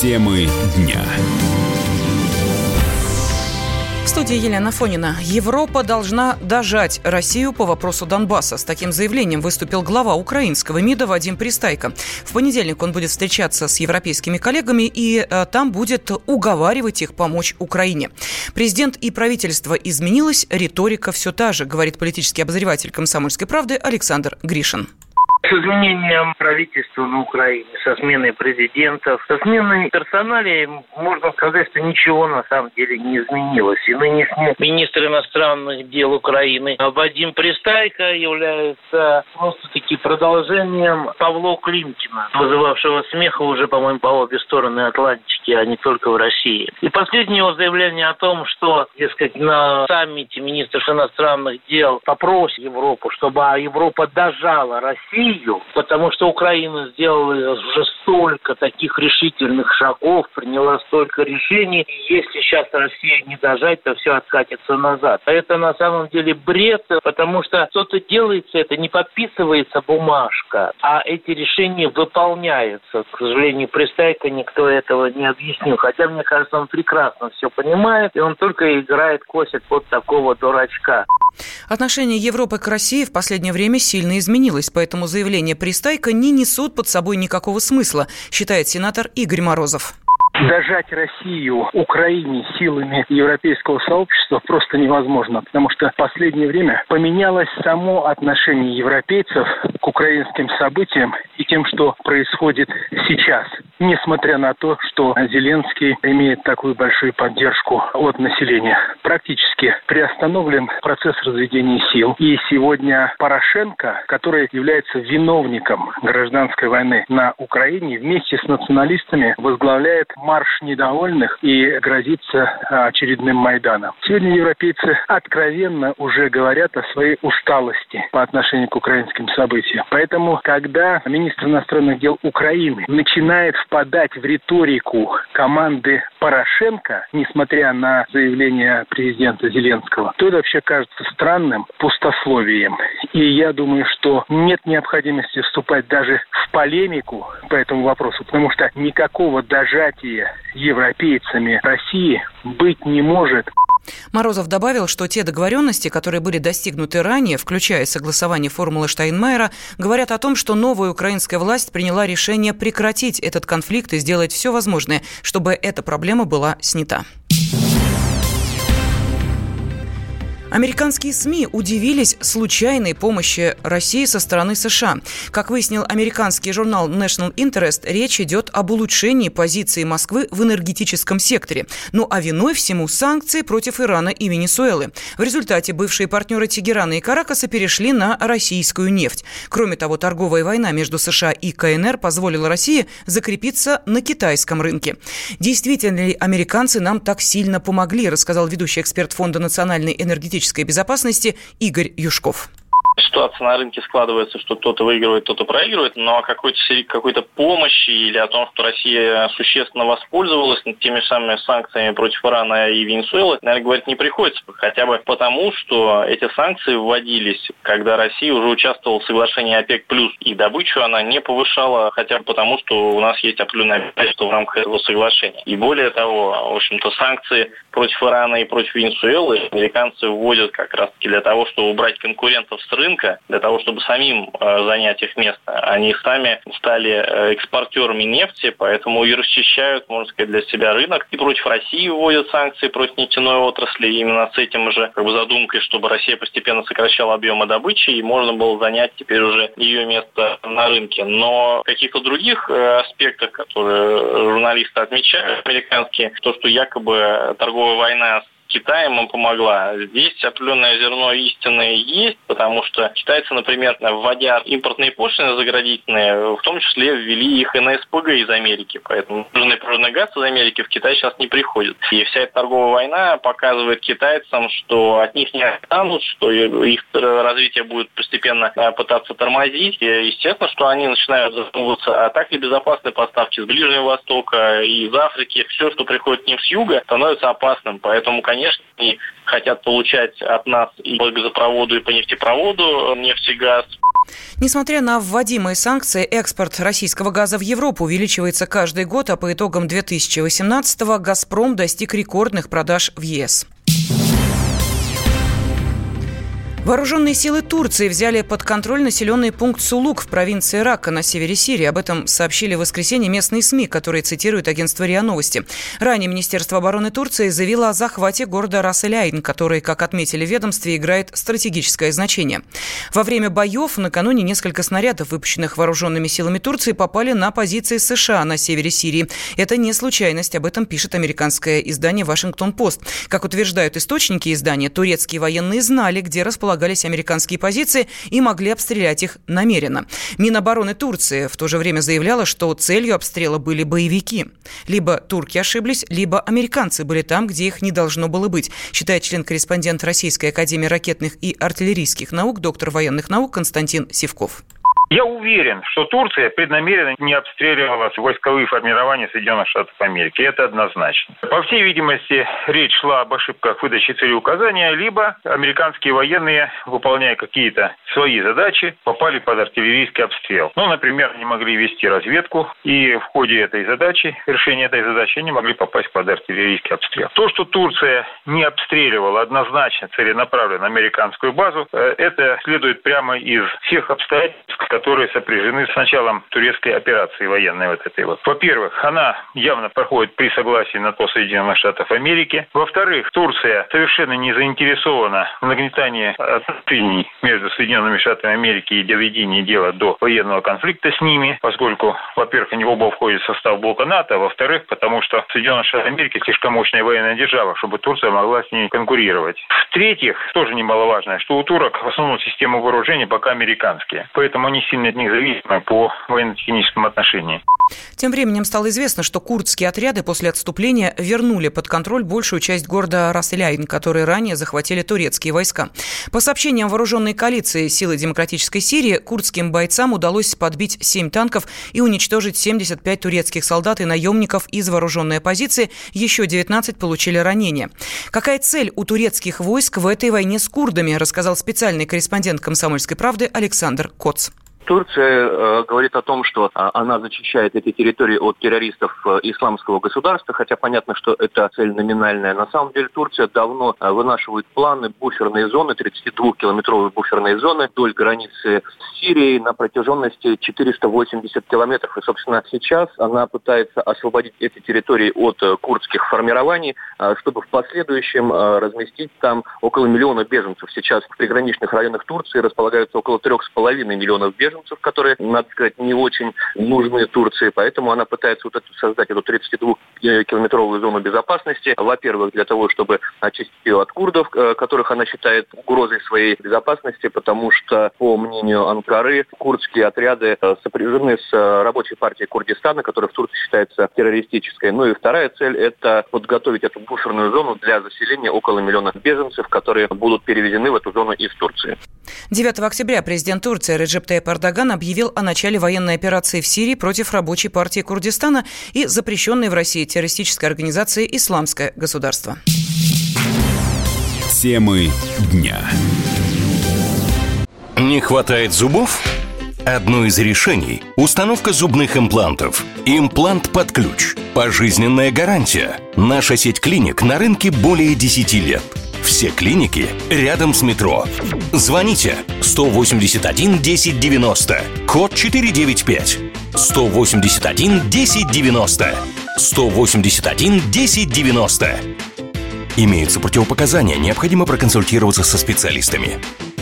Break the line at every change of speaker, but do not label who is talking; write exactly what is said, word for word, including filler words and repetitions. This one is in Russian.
Темы дня.
В студии Елена Фонина. Европа должна дожать Россию по вопросу Донбасса. С таким заявлением выступил глава украинского МИДа Вадим Пристайко. В понедельник он будет встречаться с европейскими коллегами и э, там будет уговаривать их помочь Украине. Президент и правительство изменилось, риторика все та же, говорит политический обозреватель «Комсомольской правды» Александр Гришин.
С изменением правительства на Украине, со сменой президентов, со сменой персоналии, можно сказать, что ничего на самом деле не изменилось. И нынешний министр иностранных дел Украины Вадим Пристайко является просто-таки продолжением Павла Климкина, вызывавшего смеха уже, по-моему, по обе стороны Атлантики, а не только в России. И последнее его заявление о том, что, дескать, на саммите министров иностранных дел попросит Европу, чтобы Европа дожала Россию, потому что Украина сделала уже столько таких решительных шагов, приняла столько решений. И если сейчас Россию не дожать, то все откатится назад. А это на самом деле бред, потому что что-то делается, это не подписывается бумажка, а эти решения выполняются. К сожалению, Пристайко никто этого не объяснил. Хотя, мне кажется, он прекрасно все понимает, и он только играет, косит под такого дурачка.
Отношение Европы к России в последнее время сильно изменилось, поэтому заявления Пристайко не несут под собой никакого смысла, считает сенатор Игорь Морозов.
Дожать Россию Украине силами европейского сообщества просто невозможно, потому что в последнее время поменялось само отношение европейцев к украинским событиям и тем, что происходит сейчас. Несмотря на то, что Зеленский имеет такую большую поддержку от населения. Практически приостановлен процесс разведения сил. И сегодня Порошенко, который является виновником гражданской войны на Украине, вместе с националистами возглавляет марш недовольных и грозится очередным Майданом. Сегодня европейцы откровенно уже говорят о своей усталости по отношению к украинским событиям. Поэтому, когда министр иностранных дел Украины начинает впадать в риторику команды Порошенко, несмотря на заявление президента Зеленского, то это вообще кажется странным пустословием. И я думаю, что нет необходимости вступать даже в полемику по этому вопросу, потому что никакого дожатия европейцами России быть не может.
Морозов добавил, что те договоренности, которые были достигнуты ранее, включая согласование формулы Штайнмайера, говорят о том, что новая украинская власть приняла решение прекратить этот конфликт и сделать все возможное, чтобы эта проблема была снята. Американские СМИ удивились случайной помощи России со стороны США. Как выяснил американский журнал National Interest, речь идет об улучшении позиции Москвы в энергетическом секторе. Ну а виной всему санкции против Ирана и Венесуэлы. В результате бывшие партнеры Тегерана и Каракаса перешли на российскую нефть. Кроме того, торговая война между США и КНР позволила России закрепиться на китайском рынке. Действительно ли американцы нам так сильно помогли, рассказал ведущий эксперт Фонда национальной энергетической безопасности Игорь Юшков.
Ситуация на рынке складывается, что кто-то выигрывает, кто-то проигрывает, но о какой-то, какой-то помощи или о том, что Россия существенно воспользовалась теми самыми санкциями против Ирана и Венесуэлы, наверное, говорить не приходится. Хотя бы потому, что эти санкции вводились, когда Россия уже участвовала в соглашении ОПЕК+, и добычу она не повышала, хотя бы потому, что у нас есть определенные обязательства в рамках этого соглашения. И более того, в общем-то, санкции против Ирана и против Венесуэлы американцы вводят как раз-таки для того, чтобы убрать конкурентов с рынка, для того, чтобы самим э, занять их место. Они сами стали э, экспортерами нефти, поэтому и расчищают, можно сказать, для себя рынок. И против России вводят санкции против нефтяной отрасли, именно с этим же как бы, задумкой, чтобы Россия постепенно сокращала объемы добычи, и можно было занять теперь уже ее место на рынке. Но в каких-то других э, аспектах, которые журналисты отмечают, американские, то, что якобы торговая война с Китаем им помогла. Здесь определенное зерно истины есть, потому что китайцы, например, вводя импортные пошлины заградительные, в том числе ввели их и на СПГ из Америки. Поэтому нужный природный газ из Америки в Китай сейчас не приходит. И вся эта торговая война показывает китайцам, что от них не отстанут, что их развитие будет постепенно пытаться тормозить. И естественно, что они начинают задумываться, а так ли безопасны поставки с Ближнего Востока и из Африки. Все, что приходит к ним с юга, становится опасным. Поэтому, конечно, они хотят получать от нас и по газопроводу, и по нефтепроводу нефть и газ.
Несмотря на вводимые санкции, экспорт российского газа в Европу увеличивается каждый год, а по итогам две тысячи восемнадцатого «Газпром» достиг рекордных продаж в ЕС. Вооруженные силы Турции взяли под контроль населенный пункт Сулук в провинции Рака на севере Сирии. Об этом сообщили в воскресенье местные СМИ, которые цитируют агентство РИА Новости. Ранее Министерство обороны Турции заявило о захвате города Рас-эль-Айн, который, как отметили в ведомстве, играет стратегическое значение. Во время боев накануне несколько снарядов, выпущенных вооруженными силами Турции, попали на позиции США на севере Сирии. Это не случайность, об этом пишет американское издание «Вашингтон-Пост». Как утверждают источники издания, турецкие военные знали, где располагаются американские позиции и могли обстрелять их намеренно. Минобороны Турции в то же время заявляла, что целью обстрела были боевики. Либо турки ошиблись, либо американцы были там, где их не должно было быть, считает член-корреспондент Российской академии ракетных и артиллерийских наук, доктор военных наук Константин Сивков.
Я уверен, что Турция преднамеренно не обстреливала войсковые формирования Соединенных Штатов Америки. Это однозначно. По всей видимости, речь шла об ошибках в выдаче целеуказания, либо американские военные, выполняя какие-то свои задачи, попали под артиллерийский обстрел. Ну, например, они могли вести разведку, и в ходе этой задачи, решения этой задачи, они могли попасть под артиллерийский обстрел. То, что Турция не обстреливала однозначно целенаправленно американскую базу, это следует прямо из всех обстоятельств, которые сопряжены с началом турецкой операции военной вот этой вот. Во-первых, она явно проходит при согласии на то Соединенных Штатов Америки. Во-вторых, Турция совершенно не заинтересована в нагнетании отношений между Соединенными Штатами Америки и доведении дела до военного конфликта с ними, поскольку, во-первых, они оба входят в состав блока НАТО, а во-вторых, потому что Соединенные Штаты Америки слишком мощная военная держава, чтобы Турция могла с ней конкурировать. В-третьих, тоже немаловажно, что у турок в основном системы вооружения пока американские, поэтому они сильно от них зависимы по военно-техническому отношению.
Тем временем стало известно, что курдские отряды после отступления вернули под контроль большую часть города Рас-эль-Айн, который ранее захватили турецкие войска. По сообщениям вооруженной коалиции «Силы демократической Сирии», курдским бойцам удалось подбить семь танков и уничтожить семьдесят пять турецких солдат и наемников из вооруженной оппозиции, еще девятнадцать получили ранения. Какая цель у турецких войск в этой войне с курдами, рассказал специальный корреспондент «Комсомольской правды» Александр Коц.
Турция э, говорит о том, что э, она зачищает эти территории от террористов э, исламского государства, хотя понятно, что это цель номинальная. На самом деле Турция давно э, вынашивает планы буферные зоны, тридцатидвухкилометровые буферные зоны вдоль границы с Сирией на протяженности четыреста восемьдесят километров. И, собственно, сейчас она пытается освободить эти территории от э, курдских формирований, э, чтобы в последующем э, разместить там около миллиона беженцев. Сейчас в приграничных районах Турции располагаются около трех с половиной миллионов беженцев, которые, надо сказать, не очень нужны Турции, поэтому она пытается вот эту, создать эту тридцатидвухкилометровую зону безопасности, во-первых, для того, чтобы очистить ее от курдов, которых она считает угрозой своей безопасности, потому что, по мнению Анкары, курдские отряды сопряжены с рабочей партией Курдистана, которая в Турции считается террористической. Ну и вторая цель – это подготовить эту буферную зону для заселения около миллиона беженцев, которые будут перевезены в эту зону из Турции.
девятого октября президент Турции Реджеп Тайип Эрдоган объявил о начале военной операции в Сирии против рабочей партии Курдистана и запрещенной в России террористической организации «Исламское государство».
Темы дня.
Не хватает зубов? Одно из решений – установка зубных имплантов. Имплант под ключ. Пожизненная гарантия. Наша сеть клиник на рынке более десяти лет. Все клиники рядом с метро. Звоните сто восемьдесят один десять девяносто, код четыреста девяносто пять. сто восемьдесят один десять девяносто. сто восемьдесят один десять девяносто. Имеются противопоказания, необходимо проконсультироваться со специалистами.